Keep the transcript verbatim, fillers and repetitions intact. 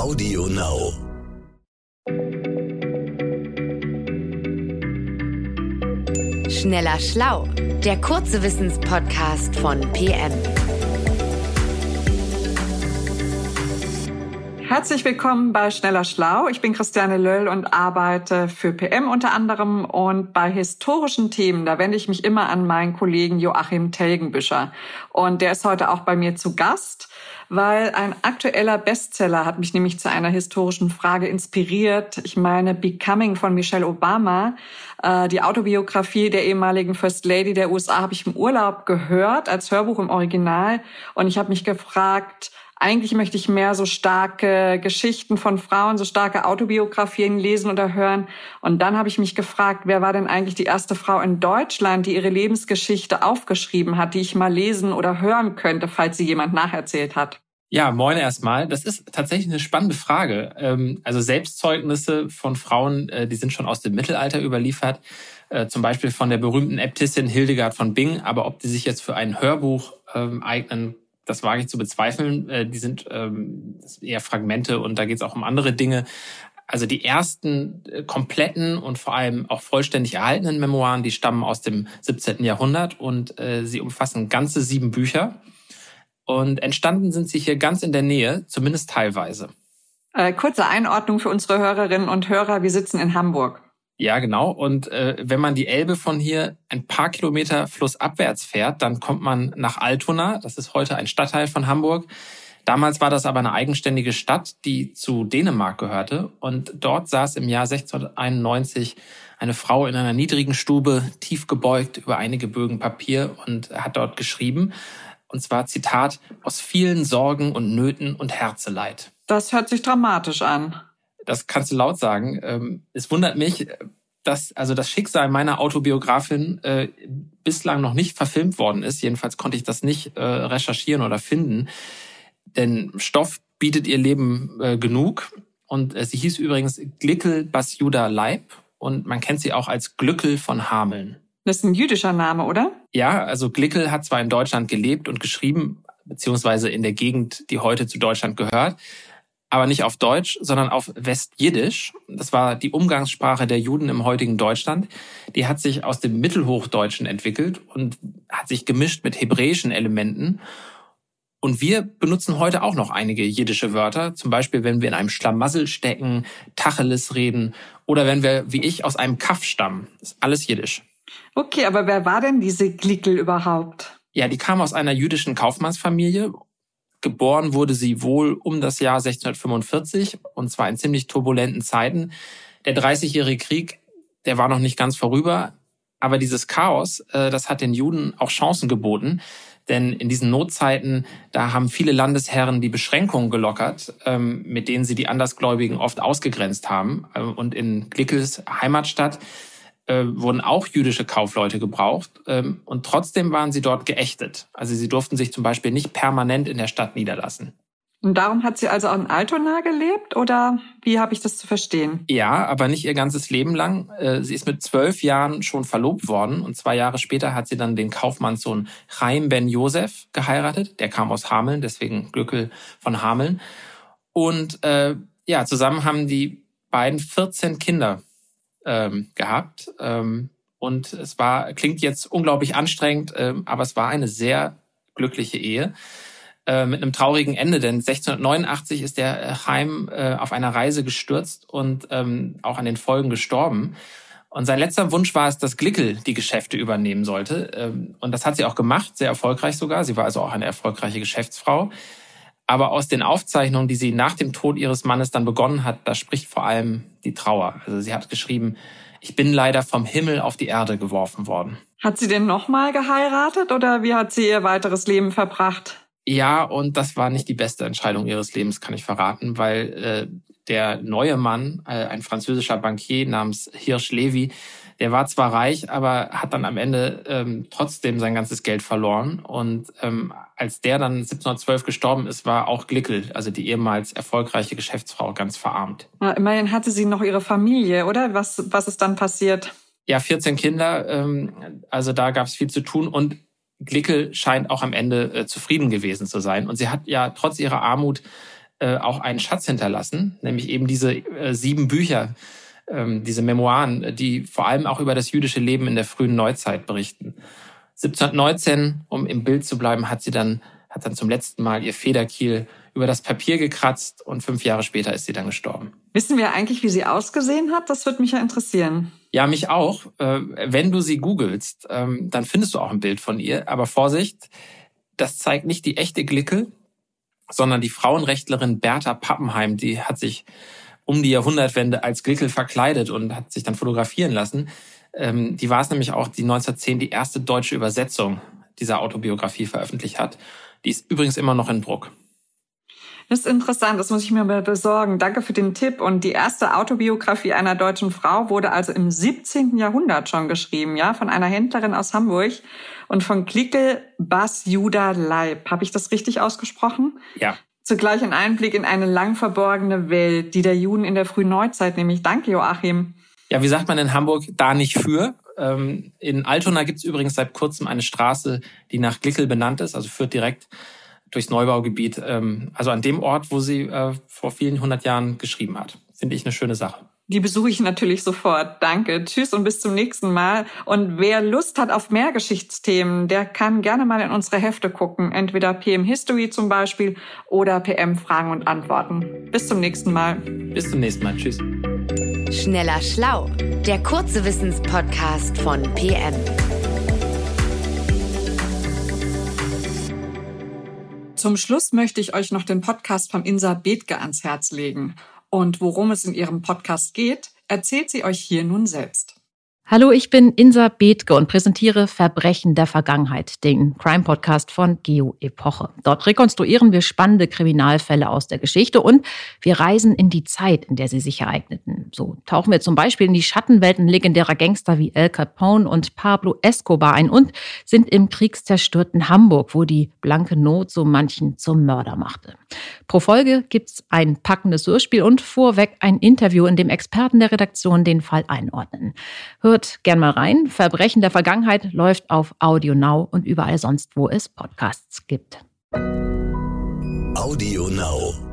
Audio Now. Schneller Schlau, der kurze Wissenspodcast von P M. Herzlich willkommen bei Schneller Schlau. Ich bin Christiane Löll und arbeite für P M unter anderem. Und bei historischen Themen, da wende ich mich immer an meinen Kollegen Joachim Telgenbüscher. Und der ist heute auch bei mir zu Gast, weil ein aktueller Bestseller hat mich nämlich zu einer historischen Frage inspiriert. Ich meine, Becoming von Michelle Obama, äh, die Autobiografie der ehemaligen First Lady der U S A, habe ich im Urlaub gehört, als Hörbuch im Original. Und ich habe mich gefragt, eigentlich möchte ich mehr so starke Geschichten von Frauen, so starke Autobiografien lesen oder hören. Und dann habe ich mich gefragt, wer war denn eigentlich die erste Frau in Deutschland, die ihre Lebensgeschichte aufgeschrieben hat, die ich mal lesen oder hören könnte, falls sie jemand nacherzählt hat? Ja, moin erstmal. Das ist tatsächlich eine spannende Frage. Also Selbstzeugnisse von Frauen, die sind schon aus dem Mittelalter überliefert. Zum Beispiel von der berühmten Äbtissin Hildegard von Bingen. Aber ob die sich jetzt für ein Hörbuch eignen, das wage ich zu bezweifeln. Die sind eher Fragmente und da geht es auch um andere Dinge. Also die ersten kompletten und vor allem auch vollständig erhaltenen Memoiren, die stammen aus dem siebzehnten Jahrhundert und sie umfassen ganze sieben Bücher. Und entstanden sind sie hier ganz in der Nähe, zumindest teilweise. Äh, kurze Einordnung für unsere Hörerinnen und Hörer. Wir sitzen in Hamburg. Ja, genau. Und äh, wenn man die Elbe von hier ein paar Kilometer flussabwärts fährt, dann kommt man nach Altona. Das ist heute ein Stadtteil von Hamburg. Damals war das aber eine eigenständige Stadt, die zu Dänemark gehörte. Und dort saß im Jahr sechzehnhunderteinundneunzig eine Frau in einer niedrigen Stube, tief gebeugt über einige Bögen Papier und hat dort geschrieben. Und zwar, Zitat, aus vielen Sorgen und Nöten und Herzeleid. Das hört sich dramatisch an. Das kannst du laut sagen. Es wundert mich, dass also das Schicksal meiner Autobiografin äh, bislang noch nicht verfilmt worden ist. Jedenfalls konnte ich das nicht äh, recherchieren oder finden. Denn Stoff bietet ihr Leben äh, genug. Und äh, sie hieß übrigens Glickel Basjuda Leib. Und man kennt sie auch als Glückel von Hameln. Das ist ein jüdischer Name, oder? Ja, also Glickel hat zwar in Deutschland gelebt und geschrieben, beziehungsweise in der Gegend, die heute zu Deutschland gehört, aber nicht auf Deutsch, sondern auf Westjiddisch. Das war die Umgangssprache der Juden im heutigen Deutschland. Die hat sich aus dem Mittelhochdeutschen entwickelt und hat sich gemischt mit hebräischen Elementen. Und wir benutzen heute auch noch einige jiddische Wörter, zum Beispiel wenn wir in einem Schlamassel stecken, Tacheles reden oder wenn wir, wie ich, aus einem Kaff stammen. Das ist alles Jiddisch. Okay, aber wer war denn diese Glickel überhaupt? Ja, die kam aus einer jüdischen Kaufmannsfamilie. Geboren wurde sie wohl um das Jahr sechzehnhundertfünfundvierzig und zwar in ziemlich turbulenten Zeiten. Der Dreißigjährige Krieg, der war noch nicht ganz vorüber, aber dieses Chaos, das hat den Juden auch Chancen geboten. Denn in diesen Notzeiten, da haben viele Landesherren die Beschränkungen gelockert, mit denen sie die Andersgläubigen oft ausgegrenzt haben. Und in Glickels Heimatstadt wurden auch jüdische Kaufleute gebraucht ähm, und trotzdem waren sie dort geächtet. Also sie durften sich zum Beispiel nicht permanent in der Stadt niederlassen. Und darum hat sie also auch in Altona gelebt oder wie habe ich das zu verstehen? Ja, aber nicht ihr ganzes Leben lang. Äh, sie ist mit zwölf Jahren schon verlobt worden und zwei Jahre später hat sie dann den Kaufmannssohn Chaim ben Josef geheiratet. Der kam aus Hameln, deswegen Glückel von Hameln. Und äh, ja, zusammen haben die beiden vierzehn Kinder Ähm, gehabt ähm, und es war klingt jetzt unglaublich anstrengend, ähm, aber es war eine sehr glückliche Ehe äh, mit einem traurigen Ende, denn sechzehnhundertneunundachtzig ist der Chaim äh, auf einer Reise gestürzt und ähm, auch an den Folgen gestorben. Und sein letzter Wunsch war es, dass Glickel die Geschäfte übernehmen sollte. Ähm, und das hat sie auch gemacht, sehr erfolgreich sogar. Sie war also auch eine erfolgreiche Geschäftsfrau. Aber aus den Aufzeichnungen, die sie nach dem Tod ihres Mannes dann begonnen hat, da spricht vor allem die Trauer. Also sie hat geschrieben, ich bin leider vom Himmel auf die Erde geworfen worden. Hat sie denn nochmal geheiratet oder wie hat sie ihr weiteres Leben verbracht? Ja, und das war nicht die beste Entscheidung ihres Lebens, kann ich verraten, weil äh, der neue Mann, äh, ein französischer Bankier namens Hirsch Levy, der war zwar reich, aber hat dann am Ende ähm, trotzdem sein ganzes Geld verloren. Und ähm, als der dann siebzehnhundertzwölf gestorben ist, war auch Glickel, also die ehemals erfolgreiche Geschäftsfrau, ganz verarmt. Na, immerhin hatte sie noch ihre Familie, oder? Was, was ist dann passiert? Ja, vierzehn Kinder, ähm, also da gab es viel zu tun. Und Glickel scheint auch am Ende äh, zufrieden gewesen zu sein. Und sie hat ja trotz ihrer Armut äh, auch einen Schatz hinterlassen, nämlich eben diese äh, sieben Bücher, ähm, diese Memoiren, die vor allem auch über das jüdische Leben in der frühen Neuzeit berichten. siebzehnhundertneunzehn, um im Bild zu bleiben, hat sie dann, hat dann zum letzten Mal ihr Federkiel über das Papier gekratzt und fünf Jahre später ist sie dann gestorben. Wissen wir eigentlich, wie sie ausgesehen hat? Das würde mich ja interessieren. Ja, mich auch. Wenn du sie googelst, dann findest du auch ein Bild von ihr. Aber Vorsicht, das zeigt nicht die echte Glickel, sondern die Frauenrechtlerin Bertha Pappenheim. Die hat sich um die Jahrhundertwende als Glickel verkleidet und hat sich dann fotografieren lassen. Die war es nämlich auch, die neunzehnhundertzehn die erste deutsche Übersetzung dieser Autobiografie veröffentlicht hat. Die ist übrigens immer noch in Druck. Das ist interessant, das muss ich mir mal besorgen. Danke für den Tipp. Und die erste Autobiografie einer deutschen Frau wurde also im siebzehnten Jahrhundert schon geschrieben, ja, von einer Händlerin aus Hamburg und von Glickel Bas Juda Leib. Habe ich das richtig ausgesprochen? Ja. Zugleich ein Einblick in eine lang verborgene Welt, die der Juden in der frühen Neuzeit, nämlich. Danke, Joachim. Ja, wie sagt man in Hamburg? Da nicht für. In Altona gibt es übrigens seit kurzem eine Straße, die nach Glickel benannt ist, also führt direkt durchs Neubaugebiet, also an dem Ort, wo sie vor vielen hundert Jahren geschrieben hat. Finde ich eine schöne Sache. Die besuche ich natürlich sofort. Danke. Tschüss und bis zum nächsten Mal. Und wer Lust hat auf mehr Geschichtsthemen, der kann gerne mal in unsere Hefte gucken. Entweder P M History zum Beispiel oder P M Fragen und Antworten. Bis zum nächsten Mal. Bis zum nächsten Mal. Tschüss. Schneller Schlau, der kurze Wissenspodcast von P M. Zum Schluss möchte ich euch noch den Podcast von Insa Bethke ans Herz legen. Und worum es in ihrem Podcast geht, erzählt sie euch hier nun selbst. Hallo, ich bin Insa Bethke und präsentiere Verbrechen der Vergangenheit, den Crime-Podcast von Geo Epoche. Dort rekonstruieren wir spannende Kriminalfälle aus der Geschichte und wir reisen in die Zeit, in der sie sich ereigneten. So tauchen wir zum Beispiel in die Schattenwelten legendärer Gangster wie Al Capone und Pablo Escobar ein und sind im kriegszerstörten Hamburg, wo die blanke Not so manchen zum Mörder machte. Pro Folge gibt's ein packendes Hörspiel und vorweg ein Interview, in dem Experten der Redaktion den Fall einordnen. Hört gern mal rein. Verbrechen der Vergangenheit läuft auf Audio Now und überall sonst, wo es Podcasts gibt. Audio Now.